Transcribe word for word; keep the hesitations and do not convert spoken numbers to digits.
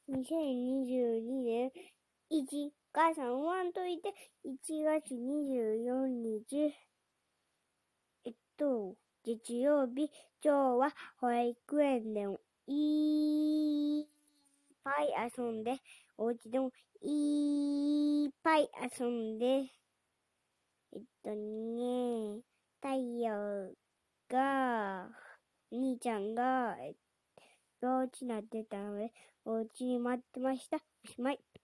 にせんにじゅうにねんいち、母さん終わんといて、いちがつにじゅうよっか、えっと、月曜日、今日は保育園でもいっぱい遊んで、お家でもいっぱい遊んで、えっとね、太陽が、お兄ちゃんが、えっと、幼稚なってたので、お家に待ってました。おしまい。